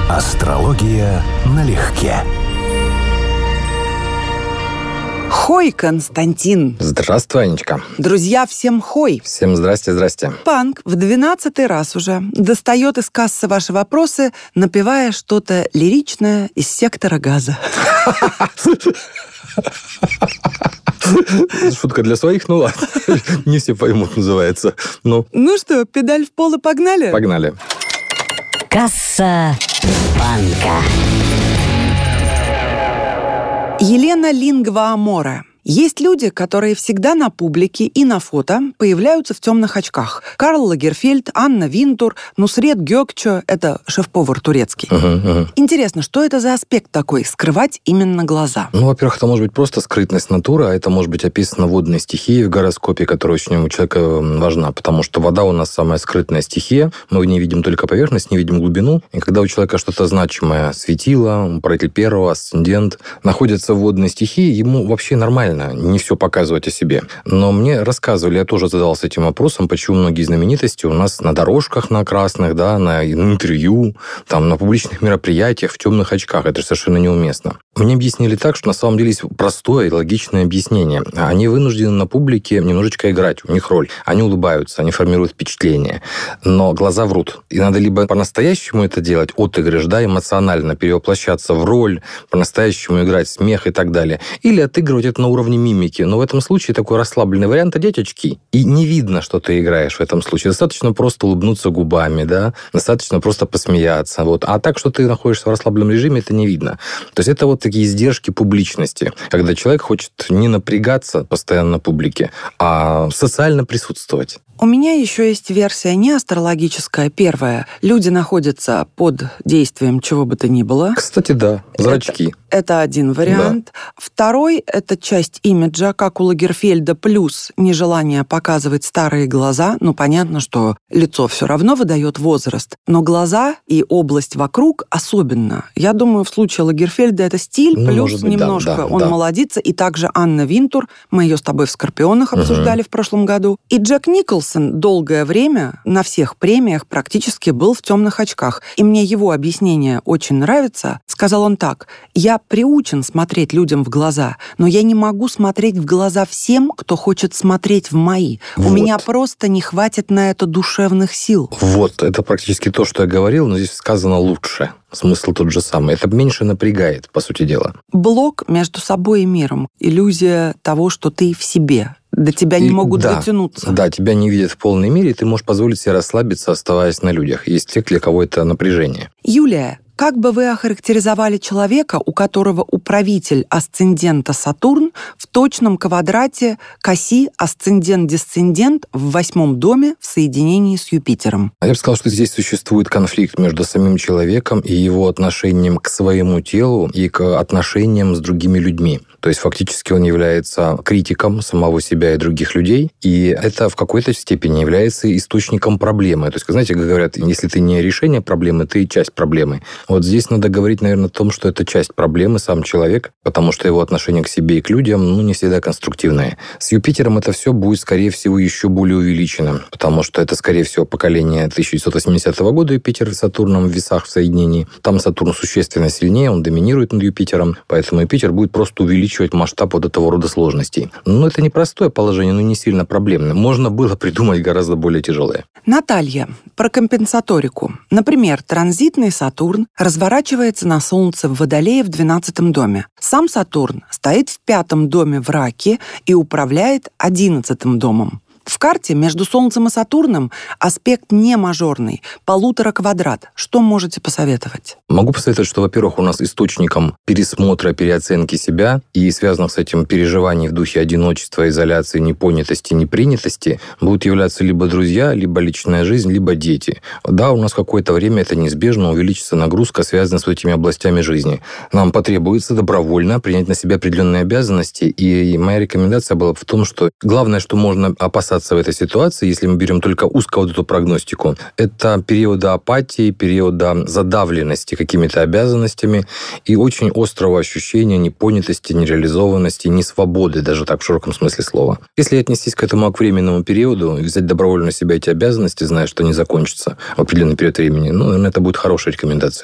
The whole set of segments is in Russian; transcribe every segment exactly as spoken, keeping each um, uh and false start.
Астрология налегке. Хой, Константин. Здравствуй, Анечка. Друзья, всем хой. Всем здрасте, здрасте. Панк в двенадцатый раз уже достает из кассы ваши вопросы, напевая что-то лиричное из сектора газа. Шутка для своих, ну ладно. Не все поймут, называется. Ну, ну что, педаль в пол и погнали? Погнали. Касса Панка. Елена Лингва-Аморе. Есть люди, которые всегда на публике и на фото появляются в темных очках. Карл Лагерфельд, Анна Винтур, Нусрет Гёкче – это шеф-повар турецкий. Uh-huh, uh-huh. Интересно, что это за аспект такой – скрывать именно глаза? Ну, во-первых, это может быть просто скрытность натуры, а это может быть описано водной стихией в гороскопе, которая очень у человека важна, потому что вода у нас самая скрытная стихия, мы в ней видим только поверхность, не видим глубину, и когда у человека что-то значимое, светило, управитель первого, асцендент, находится в водной стихии, ему вообще нормально не все показывать о себе. Но мне рассказывали, я тоже задался этим вопросом, почему многие знаменитости у нас на дорожках на красных, да, на интервью, там, на публичных мероприятиях в темных очках. Это совершенно неуместно. Мне объяснили так, что на самом деле есть простое и логичное объяснение. Они вынуждены на публике немножечко играть, у них роль. Они улыбаются, они формируют впечатление. Но глаза врут. И надо либо по-настоящему это делать, отыгрыш, да, эмоционально перевоплощаться в роль, по-настоящему играть смех и так далее. Или отыгрывать это на уровне мимики. Но в этом случае такой расслабленный вариант — одеть очки. И не видно, что ты играешь в этом случае. Достаточно просто улыбнуться губами, да, достаточно просто посмеяться. Вот. А так, что ты находишься в расслабленном режиме, это не видно. То есть это вот такие издержки публичности, когда человек хочет не напрягаться постоянно на публике, а социально присутствовать. У меня еще есть версия не астрологическая. Первая. Люди находятся под действием чего бы то ни было. Кстати, да. Зрачки. Это, это один вариант. Да. Второй – это часть имиджа, как у Лагерфельда, плюс нежелание показывать старые глаза. Ну, понятно, что лицо все равно выдает возраст, но глаза и область вокруг особенно. Я думаю, в случае Лагерфельда это стиль, ну, плюс быть, немножко да, да, он да. молодится. И также Анна Винтур, мы ее с тобой в «Скорпионах» обсуждали угу. в прошлом году. И Джек Николсон долгое время на всех премиях практически был в темных очках. И мне его объяснение очень нравится. Сказал он так: «Я приучен смотреть людям в глаза, но я не могу смотреть в глаза всем, кто хочет смотреть в мои. Вот. У меня просто не хватит на это душевных сил». Вот, это практически то, что я говорил, но здесь сказано лучше. Смысл тот же самый. Это меньше напрягает, по сути дела. Блок между собой и миром. Иллюзия того, что ты в себе. До тебя не и, могут да, дотянуться. Да, тебя не видят в полной мере, и ты можешь позволить себе расслабиться, оставаясь на людях. Есть те, для кого это напряжение. Юлия, как бы вы охарактеризовали человека, у которого управитель асцендента Сатурн в точном квадрате к оси асцендент-десцендент в восьмом доме в соединении с Юпитером? Я бы сказал, что здесь существует конфликт между самим человеком и его отношением к своему телу и к отношениям с другими людьми. То есть фактически он является критиком самого себя и других людей, и это в какой-то степени является источником проблемы. То есть, знаете, как говорят, если ты не решение проблемы, ты часть проблемы. Вот здесь надо говорить, наверное, о том, что это часть проблемы, сам человек, потому что его отношение к себе и к людям, ну, не всегда конструктивное. С Юпитером это все будет, скорее всего, еще более увеличено, потому что это, скорее всего, поколение тысяча девятьсот восьмидесятого года Юпитер с Сатурном в весах в соединении. Там Сатурн существенно сильнее, он доминирует над Юпитером, поэтому Юпитер будет просто увеличивать масштаб вот этого рода сложностей. Но это непростое положение, но не сильно проблемное. Можно было придумать гораздо более тяжелое. Наталья, про компенсаторику. Например, транзитный Сатурн разворачивается на Солнце в Водолее в двенадцатом доме. Сам Сатурн стоит в пятом доме в Раке и управляет одиннадцатым домом. В карте между Солнцем и Сатурном аспект не мажорный, полутора квадрат. Что можете посоветовать? Могу посоветовать, что, во-первых, у нас источником пересмотра, переоценки себя и связанных с этим переживаний в духе одиночества, изоляции, непонятости, непринятости будут являться либо друзья, либо личная жизнь, либо дети. Да, у нас какое-то время это неизбежно увеличится нагрузка, связанная с этими областями жизни. Нам потребуется добровольно принять на себя определенные обязанности, и моя рекомендация была в том, что главное, что можно опасаться в этой ситуации, если мы берем только узко вот эту прогностику, это периоды апатии, периода задавленности какими-то обязанностями и очень острого ощущения непонятости, нереализованности, несвободы, даже так в широком смысле слова. Если отнестись к этому как к временному периоду и взять добровольно на себя эти обязанности, зная, что они закончатся в определенный период времени, ну, наверное, это будет хорошая рекомендация.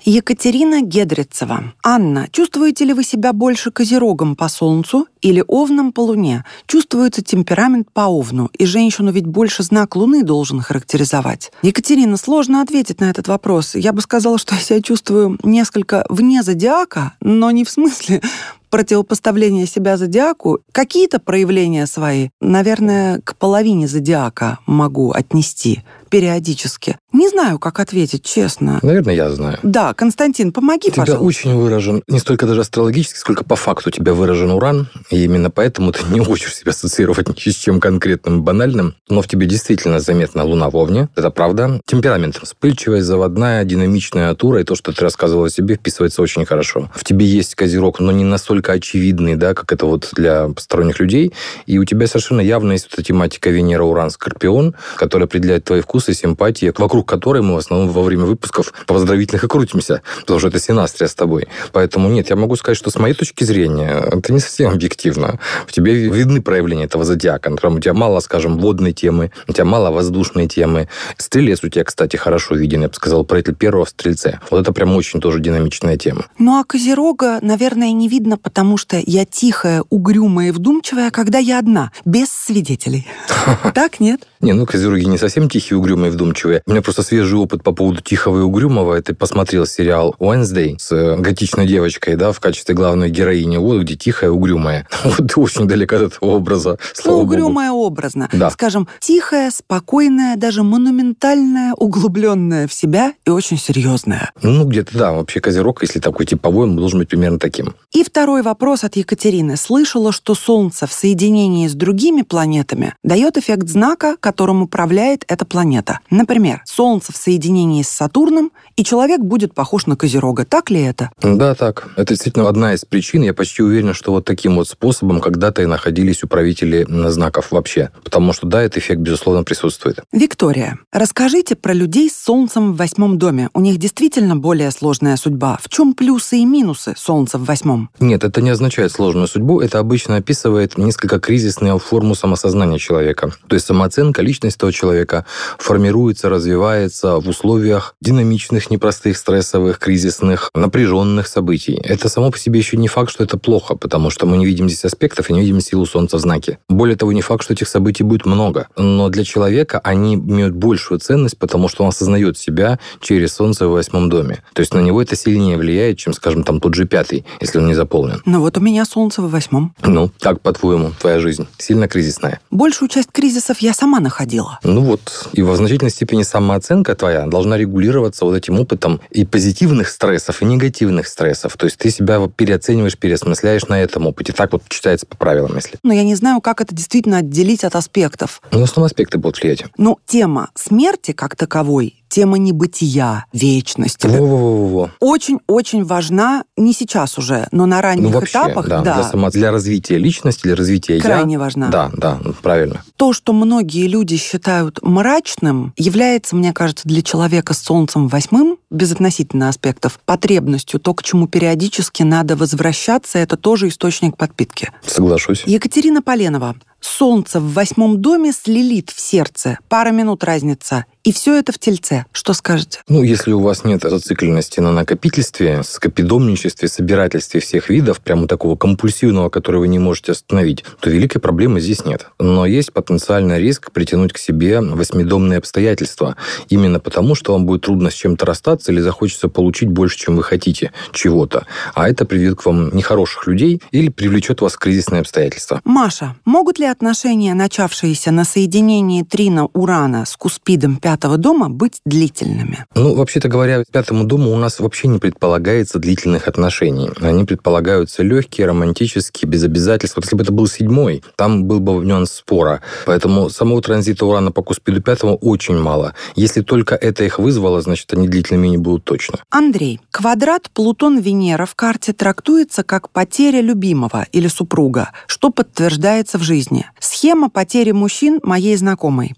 Екатерина Гедрицева. Анна, чувствуете ли вы себя больше козерогом по Солнцу или овном по Луне? Чувствуется темперамент по Овну, и женщину ведь больше знак Луны должен характеризовать. Екатерина, сложно ответить на этот вопрос. Я бы сказала, что я себя чувствую несколько вне зодиака, но не в смысле противопоставления себя зодиаку. Какие-то проявления свои, наверное, к половине зодиака могу отнести периодически. Не знаю, как ответить, честно. Наверное, я знаю. Да, Константин, помоги, у тебя пожалуйста. очень выражен, не столько даже астрологически, сколько по факту у тебя выражен Уран, и именно поэтому ты не хочешь себя ассоциировать ни с чем конкретным, банальным, но в тебе действительно заметна Луна в Овне, это правда. Темперамент вспыльчивая, заводная, динамичная натура, и то, что ты рассказывала о себе, вписывается очень хорошо. В тебе есть козерог, но не настолько очевидный, да, как это вот для посторонних людей, и у тебя совершенно явно есть вот эта тематика Венера-Уран-Скорпион, которая определяет твои вкусы, симпатии, вокруг которой мы в основном во время выпусков поздравительных и крутимся, потому что это синастрия с тобой. Поэтому нет, я могу сказать, что с моей точки зрения это не совсем объективно. В тебе видны проявления этого зодиака. Например, у тебя мало, скажем, водной темы, у тебя мало воздушной темы. Стрелец у тебя, кстати, хорошо виден, я бы сказал, правитель первого в Стрельце. Вот это прям очень тоже динамичная тема. Ну, а Козерога, наверное, не видно, потому что я тихая, угрюмая и вдумчивая, когда я одна, без свидетелей. Так, нет? Не, ну, козероги не совсем тихие, угрюмые, вдумчивые. У меня просто свежий опыт по поводу тихого и угрюмого. Это посмотрел сериал «Уэнсдей» с готичной девочкой, да, в качестве главной героини. Вот где тихая, угрюмая. Вот ты очень далеко от этого образа, слава ну, богу. угрюмая образно. Да. Скажем, тихая, спокойная, даже монументальная, углубленная в себя и очень серьезная. Ну, где-то, да. Вообще козерог, если такой типовой, он должен быть примерно таким. И второй вопрос от Екатерины. Слышала, что Солнце в соединении с другими планетами дает эффект знака, которым управляет эта планета. Например, Солнце в соединении с Сатурном, и человек будет похож на Козерога. Так ли это? Да, так. Это действительно одна из причин. Я почти уверен, что вот таким вот способом когда-то и находились управители знаков вообще. Потому что, да, этот эффект, безусловно, присутствует. Виктория, расскажите про людей с Солнцем в восьмом доме. У них действительно более сложная судьба. В чем плюсы и минусы Солнца в восьмом? Нет, это не означает сложную судьбу. Это обычно описывает несколько кризисную форму самосознания человека. То есть самооценка, личность этого человека формируется, развивается в условиях динамичных, непростых, стрессовых, кризисных, напряженных событий. Это само по себе еще не факт, что это плохо, потому что мы не видим здесь аспектов и не видим силу Солнца в знаке. Более того, не факт, что этих событий будет много. Но для человека они имеют большую ценность, потому что он осознает себя через Солнце в восьмом доме. То есть на него это сильнее влияет, чем, скажем, там тот же пятый, если он не заполнен. Ну вот у меня Солнце в восьмом. Ну, как, по-твоему, твоя жизнь? Сильно кризисная? Большую часть кризисов я сама находила. Ну вот, и в значительной степени самооценка твоя должна регулироваться вот этим опытом и позитивных стрессов, и негативных стрессов. То есть ты себя переоцениваешь, переосмысляешь на этом опыте. Так вот читается по правилам, если. Но я не знаю, как это действительно отделить от аспектов. Ну, в основном аспекты будут влиять. Ну, тема смерти как таковой, тема небытия, вечности. Во-во-во-во. Очень-очень важна, не сейчас уже, но на ранних ну, вообще, этапах. Да, да. Для, само... для развития личности, для развития крайне я. важна. Да, да, правильно. То, что многие люди считают мрачным, является, мне кажется, для человека с Солнцем восьмым, безотносительно аспектов, потребностью, то, к чему периодически надо возвращаться, это тоже источник подпитки. Соглашусь. Екатерина Поленова. Солнце в восьмом доме с Лилит в сердце. Пара минут разница. И все это в Тельце. Что скажете? Ну, если у вас нет зацикленности на накопительстве, скопидомничестве, собирательстве всех видов, прямо такого компульсивного, который вы не можете остановить, то великой проблемы здесь нет. Но есть потенциальный риск притянуть к себе восьмидомные обстоятельства. Именно потому, что вам будет трудно с чем-то расстаться или захочется получить больше, чем вы хотите чего-то. А это приведет к вам нехороших людей или привлечет вас в кризисные обстоятельства. Маша, могут ли отношения, начавшиеся на соединении Трина Урана с Куспидом пятого дома, быть длительными? Ну, вообще-то говоря, пятому дому у нас вообще не предполагается длительных отношений. Они предполагаются легкие, романтические, без обязательств. Вот если бы это был седьмой, там был бы нюанс спора. Поэтому самого транзита Урана по Куспиду пятому очень мало. Если только это их вызвало, значит, они длительными не будут точно. Андрей, квадрат Плутон-Венера в карте трактуется как потеря любимого или супруга, что подтверждается в жизни. Схема потери мужчин моей знакомой.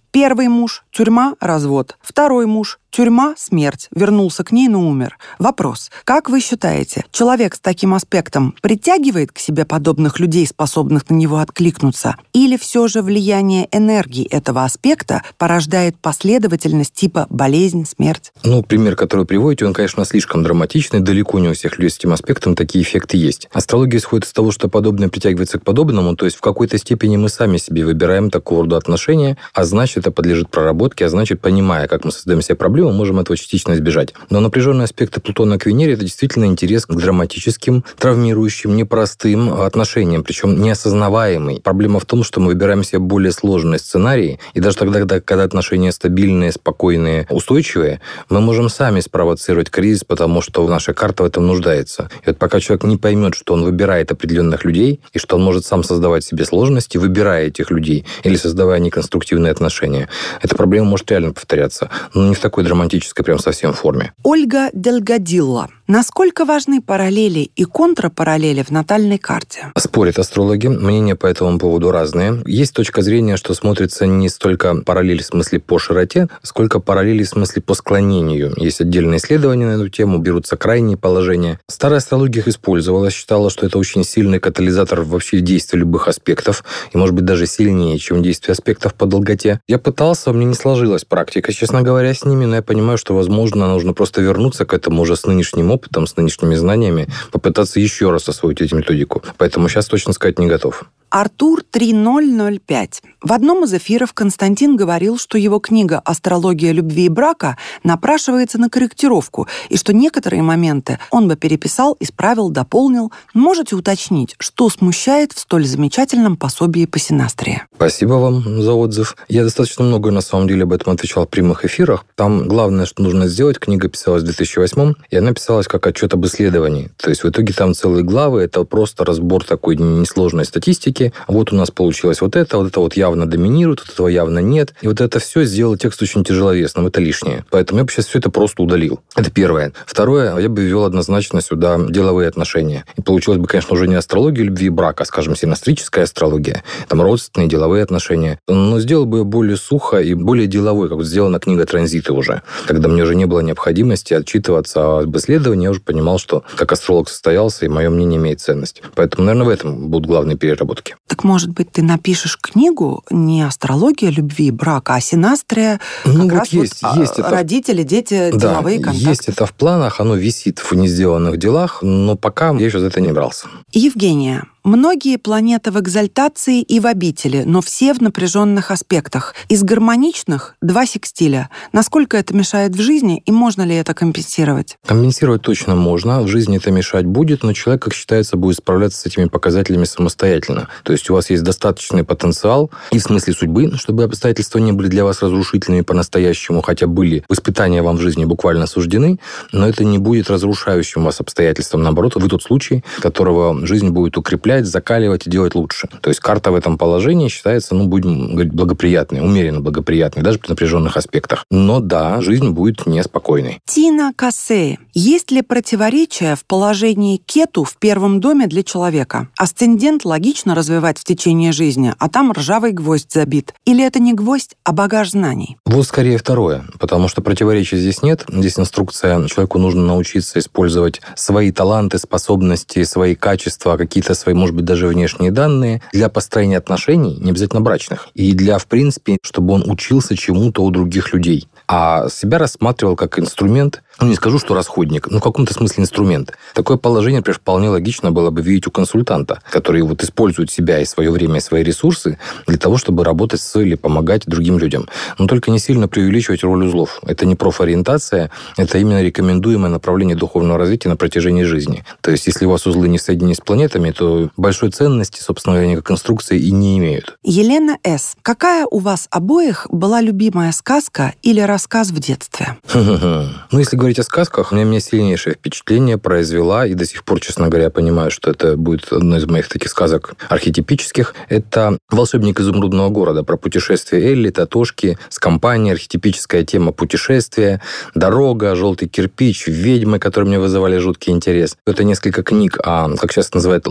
Первый муж – тюрьма, развод. Второй муж – тюрьма, смерть. Вернулся к ней, но умер. Вопрос. Как вы считаете, человек с таким аспектом притягивает к себе подобных людей, способных на него откликнуться? Или все же влияние энергии этого аспекта порождает последовательность типа болезнь, смерть? Ну, пример, который вы приводите, он, конечно, слишком драматичный. Далеко не у всех людей с этим аспектом такие эффекты есть. Астрология исходит из того, что подобное притягивается к подобному, то есть в какой-то степени мы сами себе выбираем такого рода отношения, а значит, это подлежит проработке, а значит, понимая, как мы создаем себе проблему, можем этого частично избежать. Но напряженные аспекты Плутона к Венере – это действительно интерес к драматическим, травмирующим, непростым отношениям, причем неосознаваемый. Проблема в том, что мы выбираем себе более сложные сценарии, и даже тогда, когда, когда отношения стабильные, спокойные, устойчивые, мы можем сами спровоцировать кризис, потому что наша карта в этом нуждается. И вот пока человек не поймет, что он выбирает определенных людей, и что он может сам создавать себе сложности, выбирая этих людей, или создавая неконструктивные отношения, эта проблема может реально повторяться, но не в такой драматической прям совсем форме. Ольга Дельгадилла. Насколько важны параллели и контрапараллели в натальной карте? Спорят астрологи, мнения по этому поводу разные. Есть точка зрения, что смотрится не столько параллели в смысле по широте, сколько параллели в смысле по склонению. Есть отдельные исследования на эту тему, берутся крайние положения. Старая астрология их использовала, считала, что это очень сильный катализатор вообще действия любых аспектов, и, может быть, даже сильнее, чем действие аспектов по долготе. Я пытался, у меня не сложилась практика, честно говоря, с ними, но я понимаю, что, возможно, нужно просто вернуться к этому уже с нынешним опытом, с нынешними знаниями, попытаться еще раз освоить эту методику. Поэтому сейчас точно сказать не готов. Артур три ноль ноль пять. В одном из эфиров Константин говорил, что его книга «Астрология любви и брака» напрашивается на корректировку, и что некоторые моменты он бы переписал, исправил, дополнил. Можете уточнить, что смущает в столь замечательном пособии по синастрии? Спасибо вам за отзыв. Я достаточно много, на самом деле, об этом отвечал в прямых эфирах. Там главное, что нужно сделать, книга писалась в две тысячи восьмом, и она писалась как отчет об исследовании. То есть в итоге там целые главы, это просто разбор такой несложной статистики. Вот у нас получилось вот это, вот это вот явно доминирует, вот этого явно нет. И вот это все сделало текст очень тяжеловесным, это лишнее. Поэтому я бы сейчас все это просто удалил. Это первое. Второе, я бы ввел однозначно сюда деловые отношения. И получилось бы, конечно, уже не астрология любви и брака, а, скажем, синастрическая астрология, там родственные, деловые отношения. Но сделал бы более сухо и более деловой, как вот сделана книга «Транзиты» уже. Когда мне уже не было необходимости отчитываться об исследовании, я уже понимал, что как астролог состоялся, и мое мнение имеет ценность. Поэтому, наверное, в этом будут главные переработки. Так, может быть, ты напишешь книгу не «Астрология любви и брака», а «Синастрия», как ну, раз вот есть, вот есть родители, дети, да, деловые контакты. Есть это в планах, оно висит в несделанных делах, но пока я еще за это не брался. Евгения. Многие планеты в экзальтации и в обители, но все в напряженных аспектах. Из гармоничных – два секстиля. Насколько это мешает в жизни, и можно ли это компенсировать? Компенсировать точно можно. В жизни это мешать будет, но человек, как считается, будет справляться с этими показателями самостоятельно. То есть у вас есть достаточный потенциал и в смысле судьбы, чтобы обстоятельства не были для вас разрушительными по-настоящему, хотя были испытания вам в жизни буквально суждены, но это не будет разрушающим вас обстоятельством. Наоборот, вы тот случай, которого жизнь будет укреплять, закаливать и делать лучше. То есть карта в этом положении считается, ну, будем говорить, благоприятной, умеренно благоприятной, даже при напряженных аспектах. Но да, жизнь будет неспокойной. Тина Кассе. Есть ли противоречия в положении кету в первом доме для человека? Асцендент логично развивать в течение жизни, а там ржавый гвоздь забит. Или это не гвоздь, а багаж знаний? Вот скорее второе, потому что противоречий здесь нет. Здесь инструкция, человеку нужно научиться использовать свои таланты, способности, свои качества, какие-то свои, может быть, даже внешние данные для построения отношений, не обязательно брачных, и для, в принципе, чтобы он учился чему-то у других людей. А себя рассматривал как инструмент, ну, не скажу, что расходник, но в каком-то смысле инструмент. Такое положение, например, вполне логично было бы видеть у консультанта, который вот использует себя и свое время, и свои ресурсы для того, чтобы работать с или помогать другим людям. Но только не сильно преувеличивать роль узлов. Это не профориентация, это именно рекомендуемое направление духовного развития на протяжении жизни. То есть, если у вас узлы не в соединении с планетами, то большой ценности, собственно говоря, как конструкции и не имеют. Елена С. Какая у вас обоих была любимая сказка или рассказ в детстве? Ну, если говорить о сказках, у меня, у меня сильнейшее впечатление произвела, и до сих пор, честно говоря, я понимаю, что это будет одной из моих таких сказок архетипических. Это «Волшебник изумрудного города» про путешествие Элли, Татошки с компанией, архетипическая тема путешествия, дорога, желтый кирпич, ведьмы, которые мне вызывали жуткий интерес. Это несколько книг, а, как сейчас называют, лор, то есть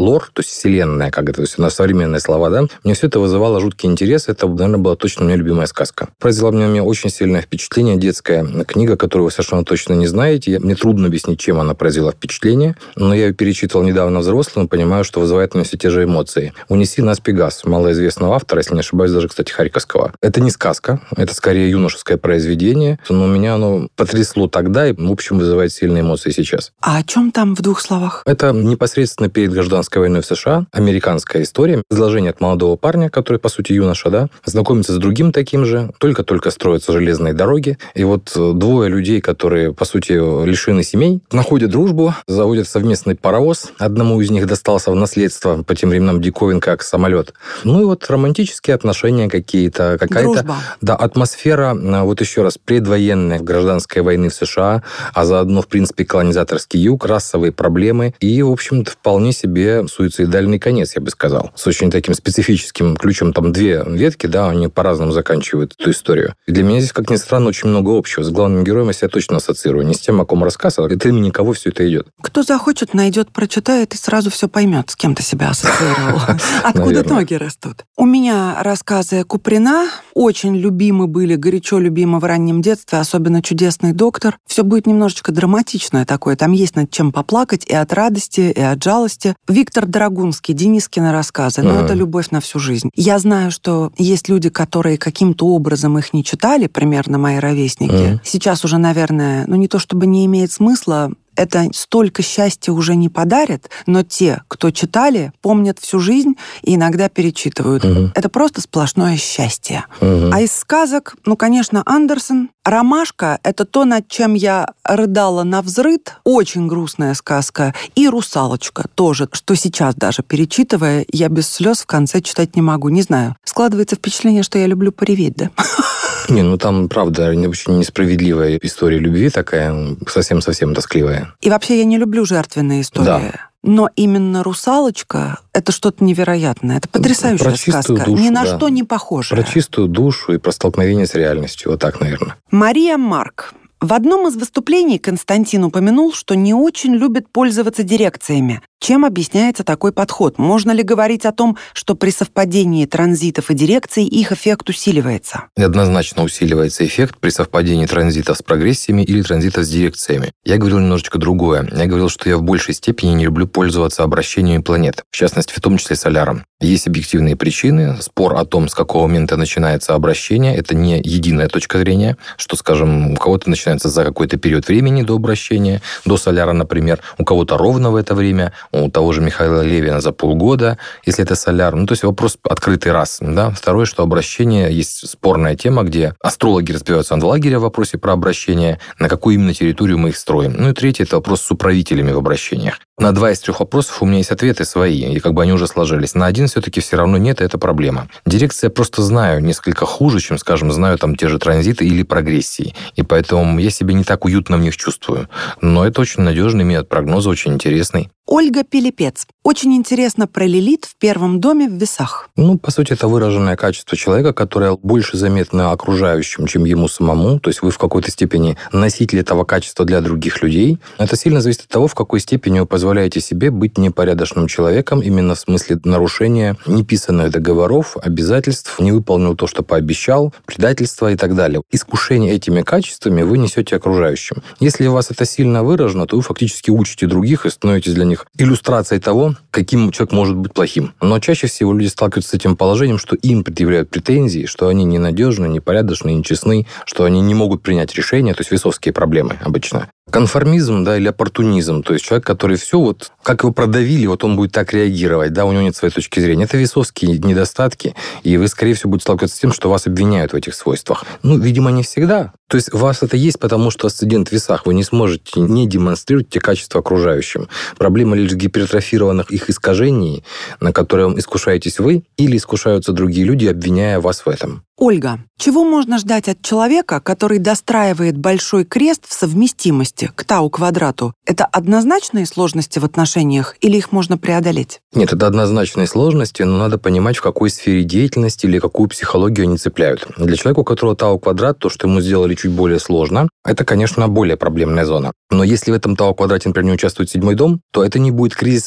вселенная, как это, то есть на современные слова, да, мне все это вызывало жуткий интерес. Это, наверное, была точно у меня любимая сказка. Произвела мне, мне очень сильное впечатление детская книга, которую вы совершенно точно не знаете. Мне трудно объяснить, чем она произвела впечатление, но я ее перечитывал недавно взрослым и понимаю, что вызывает у меня все те же эмоции. «Унеси нас, Пегас», малоизвестного автора, если не ошибаюсь, даже, кстати, Харьковского. Это не сказка, это скорее юношеское произведение, но меня оно потрясло тогда и, в общем, вызывает сильные эмоции сейчас. А о чем там в двух словах? Это непосредственно перед гражданской войной в США, американская история, изложение от молодого парня, который, по сути, юноша, да, знакомится с другим таким же, только-только строятся железные дороги, и вот двое людей, которые, по сути, лишены семей, находят дружбу, заводят совместный паровоз, одному из них достался в наследство по тем временам диковин, как самолет. Ну и вот романтические отношения какие-то, какая-то... Дружба. Да, атмосфера, вот еще раз, предвоенной гражданской войны в США, а заодно, в принципе, колонизаторский юг, расовые проблемы и, в общем-то, вполне себе суицидальный конец, я бы сказал. С очень таким специфическим ключом. Там две ветки, да, они по-разному заканчивают эту историю. И для меня здесь, как ни странно, очень много общего. С главным героем я себя точно ассоциирую. Не с тем, о ком рассказ, а от имени кого все это идет. Кто захочет, найдет, прочитает и сразу все поймет, с кем ты себя ассоциировал. Откуда ноги растут. У меня рассказы Куприна очень любимы были, горячо любимы в раннем детстве, особенно «Чудесный доктор». Все будет немножечко драматичное такое. Там есть над чем поплакать и от радости, и от жалости. Виктор Драгунский, Денискины рассказы. Ну, это любовь на всю жизнь. Я знаю, что есть люди, которые каким-то образом их не читали, примерно мои ровесники. Mm. Сейчас уже, наверное, ну не то чтобы не имеет смысла, это столько счастья уже не подарит, но те, кто читали, помнят всю жизнь и иногда перечитывают. Угу. Это просто сплошное счастье. Угу. А из сказок, ну, конечно, Андерсон. «Ромашка» — это то, над чем я рыдала навзрыд. Очень грустная сказка. И «Русалочка» тоже, что сейчас даже перечитывая, я без слез в конце читать не могу. Не знаю. Складывается впечатление, что я люблю пореветь, да? Не, ну там, правда, очень несправедливая история любви такая, совсем-совсем тоскливая. И вообще я не люблю жертвенные истории. Да. Но именно «Русалочка» — это что-то невероятное. Это потрясающая про сказка. Душу, Ни на да. что не похожая. Про чистую душу и про столкновение с реальностью. Вот так, наверное. Мария Марк. В одном из выступлений Константин упомянул, что не очень любит пользоваться дирекциями. Чем объясняется такой подход? Можно ли говорить о том, что при совпадении транзитов и дирекций их эффект усиливается? Однозначно усиливается эффект при совпадении транзитов с прогрессиями или транзитов с дирекциями. Я говорил немножечко другое. Я говорил, что я в большей степени не люблю пользоваться обращениями планет, в частности, в том числе Соляром. Есть объективные причины. Спор о том, с какого момента начинается обращение, это не единая точка зрения, что, скажем, у кого-то начинается за какой-то период времени до обращения, до Соляра, например, у кого-то ровно в это время, у того же Михаила Левина за полгода, если это Соляр. Ну, то есть вопрос открытый раз. Да? Второе, что обращение есть спорная тема, где астрологи разбиваются на два лагеря в вопросе про обращение, на какую именно территорию мы их строим. Ну и третье, это вопрос с управителями в обращениях. На два из трех вопросов у меня есть ответы свои, и как бы они уже сложились. На один все-таки все равно нет, и это проблема. Дирекция просто знаю несколько хуже, чем, скажем, знаю там те же транзиты или прогрессии. И поэтому я себя не так уютно в них чувствую. Но это очень надежный метод прогноза, очень интересный. Ольга Пилипец. Очень интересно про Лилит в первом доме в Весах. Ну, по сути, это выраженное качество человека, которое больше заметно окружающим, чем ему самому. То есть вы в какой-то степени носитель этого качества для других людей. Это сильно зависит от того, в какой степени вы позволяете себе быть непорядочным человеком, именно в смысле нарушения неписанных договоров, обязательств, не выполнил то, что пообещал, предательство и так далее. Искушение этими качествами вы несете окружающим. Если у вас это сильно выражено, то вы фактически учите других и становитесь для них иллюстрацией того, каким человек может быть плохим. Но чаще всего люди сталкиваются с этим положением, что им предъявляют претензии, что они ненадежны, непорядочны, нечестны, что они не могут принять решения, то есть весовские проблемы обычно. Конформизм, да, или оппортунизм, то есть человек, который все, вот как его продавили, вот он будет так реагировать, да, у него нет своей точки зрения. Это весовские недостатки, и вы, скорее всего, будете сталкиваться с тем, что вас обвиняют в этих свойствах. Ну, видимо, не всегда. То есть у вас это есть, потому что асцендент в весах, вы не сможете не демонстрировать те качества окружающим. Проблема лишь в гипертрофированных их искажений, на которые искушаетесь вы или искушаются другие люди, обвиняя вас в этом. Ольга, чего можно ждать от человека, который достраивает большой крест в совместимости к тау-квадрату? Это однозначные сложности в отношениях или их можно преодолеть? Нет, это однозначные сложности, но надо понимать, в какой сфере деятельности или какую психологию они цепляют. Для человека, у которого тау-квадрат, то, что ему сделали чуть более сложно, это, конечно, более проблемная зона. Но если в этом тау-квадрате, например, не участвует седьмой дом, то это не будет кризисом в отношениях.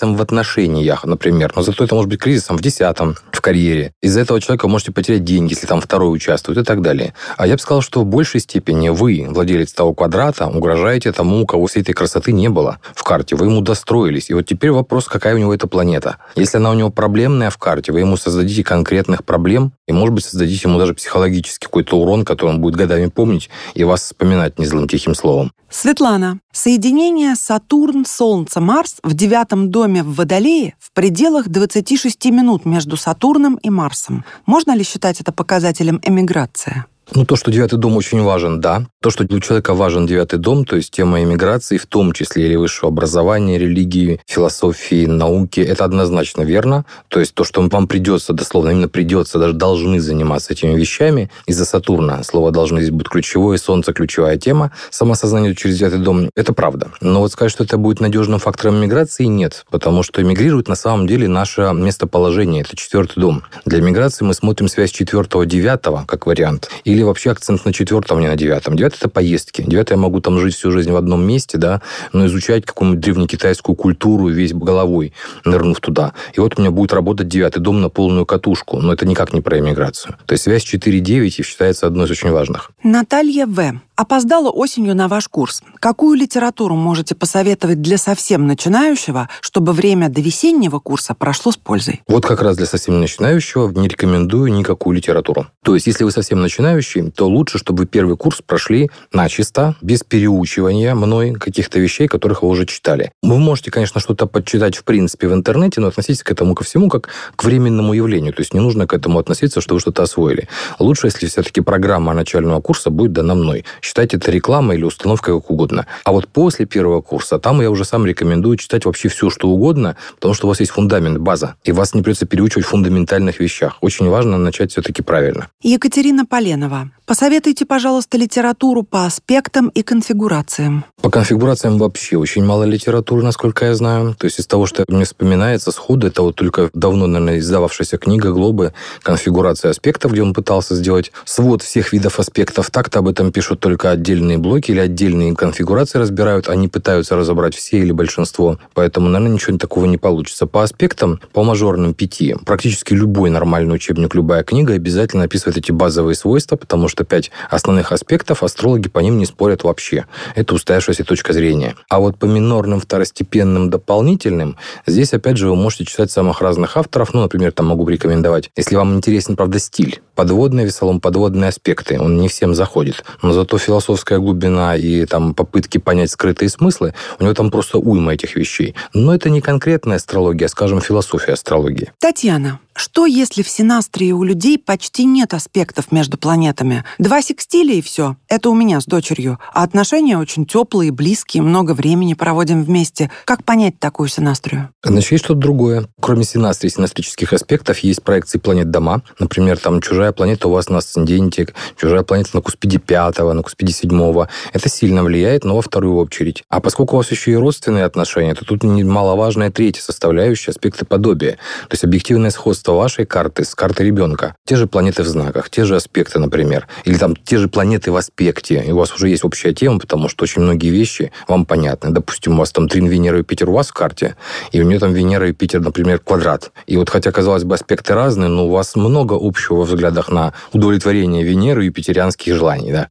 отношениях, например, но зато это может быть кризисом в десятом, в карьере. Из-за этого человека вы можете потерять деньги, если там второй участвует и так далее. А я бы сказал, что в большей степени вы, владелец того квадрата, угрожаете тому, у кого всей этой красоты не было в карте. Вы ему достроились. И вот теперь вопрос, какая у него эта планета. Если она у него проблемная в карте, вы ему создадите конкретных проблем, и, может быть, создадите ему даже психологический какой-то урон, который он будет годами помнить и вас вспоминать незлым тихим словом. Светлана, соединение Сатурн-Солнце-Марс в девятом доме в Водолее в пределах двадцати шести минут между Сатурном и Марсом. Можно ли считать это показателем эмиграции? Ну, то, что девятый дом очень важен, да. То, что для человека важен девятый дом, то есть тема эмиграции, в том числе или высшего образования, религии, философии, науки, это однозначно верно. То есть то, что вам придется, дословно, именно придется, даже должны заниматься этими вещами из-за Сатурна. Слово «должны» здесь будет ключевое, Солнце – ключевая тема. Самосознание через девятый дом – это правда. Но вот сказать, что это будет надежным фактором эмиграции – нет. Потому что эмигрирует на самом деле наше местоположение. Это четвертый дом. Для эмиграции мы смотрим связь четвертого-девятого как вариант. Или вообще акцент на четвертом, не на девятом. Девятый – это поездки. Девятый я могу там жить всю жизнь в одном месте, да, но изучать какую-нибудь древнекитайскую культуру весь головой, нырнув туда. И вот у меня будет работать девятый дом на полную катушку. Но это никак не про эмиграцию. То есть связь четыре-девять считается одной из очень важных. Наталья В. Опоздала осенью на ваш курс. Какую литературу можете посоветовать для совсем начинающего, чтобы время до весеннего курса прошло с пользой? Вот как раз для совсем начинающего не рекомендую никакую литературу. То есть, если вы совсем начинающий, то лучше, чтобы вы первый курс прошли начисто, без переучивания мной каких-то вещей, которых вы уже читали. Вы можете, конечно, что-то подчитать в принципе в интернете, но относитесь к этому ко всему как к временному явлению. То есть, не нужно к этому относиться, что вы что-то освоили. Лучше, если все-таки программа начального курса будет дана мной. Считайте это рекламой или установкой как угодно. А вот после первого курса, там я уже сам рекомендую читать вообще все, что угодно, потому что у вас есть фундамент, база, и вас не придется переучивать в фундаментальных вещах. Очень важно начать все-таки правильно. Екатерина Поленова. Посоветуйте, пожалуйста, литературу по аспектам и конфигурациям. По конфигурациям вообще очень мало литературы, насколько я знаю. То есть из того, что мне вспоминается сходу, это вот только давно, наверное, издававшаяся книга Глобы «Конфигурация аспектов», где он пытался сделать свод всех видов аспектов. Так-то об этом пишут только отдельные блоки или отдельные конфигурации разбирают. Они пытаются разобрать все или большинство. Поэтому, наверное, ничего такого не получится. По аспектам, по мажорным пяти, практически любой нормальный учебник, любая книга обязательно описывает эти базовые свойства, потому что пять основных аспектов, астрологи по ним не спорят вообще. Это устоявшаяся точка зрения. А вот по минорным, второстепенным, дополнительным, здесь, опять же, вы можете читать самых разных авторов. Ну, например, там могу порекомендовать, если вам интересен, правда, стиль. Подводный весолом, подводные аспекты. Он не всем заходит. Но зато философская глубина и там попытки понять скрытые смыслы, у него там просто уйма этих вещей. Но это не конкретная астрология, а, скажем, философия астрологии. Татьяна, что если в синастрии у людей почти нет аспектов между планетами? Два секстиля и все. Это у меня с дочерью. А отношения очень теплые, близкие, много времени проводим вместе. Как понять такую синастрию? Значит, есть что-то другое. Кроме синастрии, синастрических аспектов, есть проекции планет-дома. Например, там чужая планета у вас на асценденте, чужая планета на куспиде пятого, на куспиде седьмого. Это сильно влияет, но во вторую очередь. А поскольку у вас еще и родственные отношения, то тут немаловажная третья составляющая, аспекты подобия. То есть объективное сходство вашей карты с картой ребенка. Те же планеты в знаках, те же аспекты, например. Или там те же планеты в аспекте. И у вас уже есть общая тема, потому что очень многие вещи вам понятны. Допустим, у вас там трин Венера и Юпитер у вас в карте, и у нее там Венера и Юпитер, например, квадрат. И вот хотя, казалось бы, аспекты разные, но у вас много общего во взглядах на удовлетворение Венеры и юпитерианских желаний, да?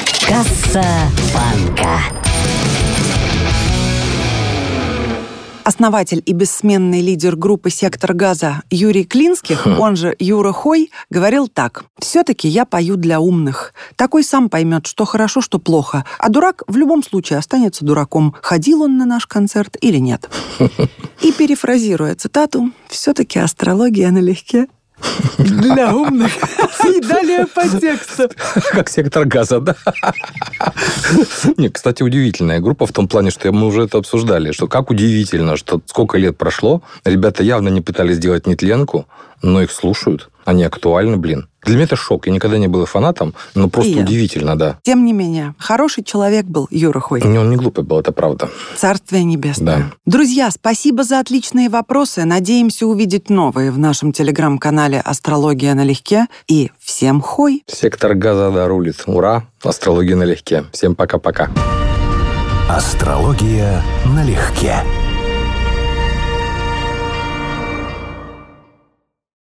Касса банка. Основатель и бессменный лидер группы «Сектор газа» Юрий Клинских, хм. он же Юра Хой, говорил так. «Все-таки я пою для умных. Такой сам поймет, что хорошо, что плохо. А дурак в любом случае останется дураком, ходил он на наш концерт или нет». И перефразируя цитату, «все-таки астрология налегке». Для умных. И далее по тексту. Как «Сектор газа», да? Не, кстати, удивительная группа в том плане, что мы уже это обсуждали, что как удивительно, что сколько лет прошло, ребята явно не пытались сделать нетленку, но их слушают. Они актуальны, блин. Для меня это шок. Я никогда не был фанатом, но просто удивительно, да. Тем не менее, хороший человек был Юра Хой. Не, он не глупый был, это правда. Царствие небесное. Да. Друзья, спасибо за отличные вопросы. Надеемся увидеть новые в нашем телеграм-канале «Астрология налегке». И всем хой! Сектор газа, да, рулит. Ура! Астрология налегке. Всем пока-пока. Астрология налегке.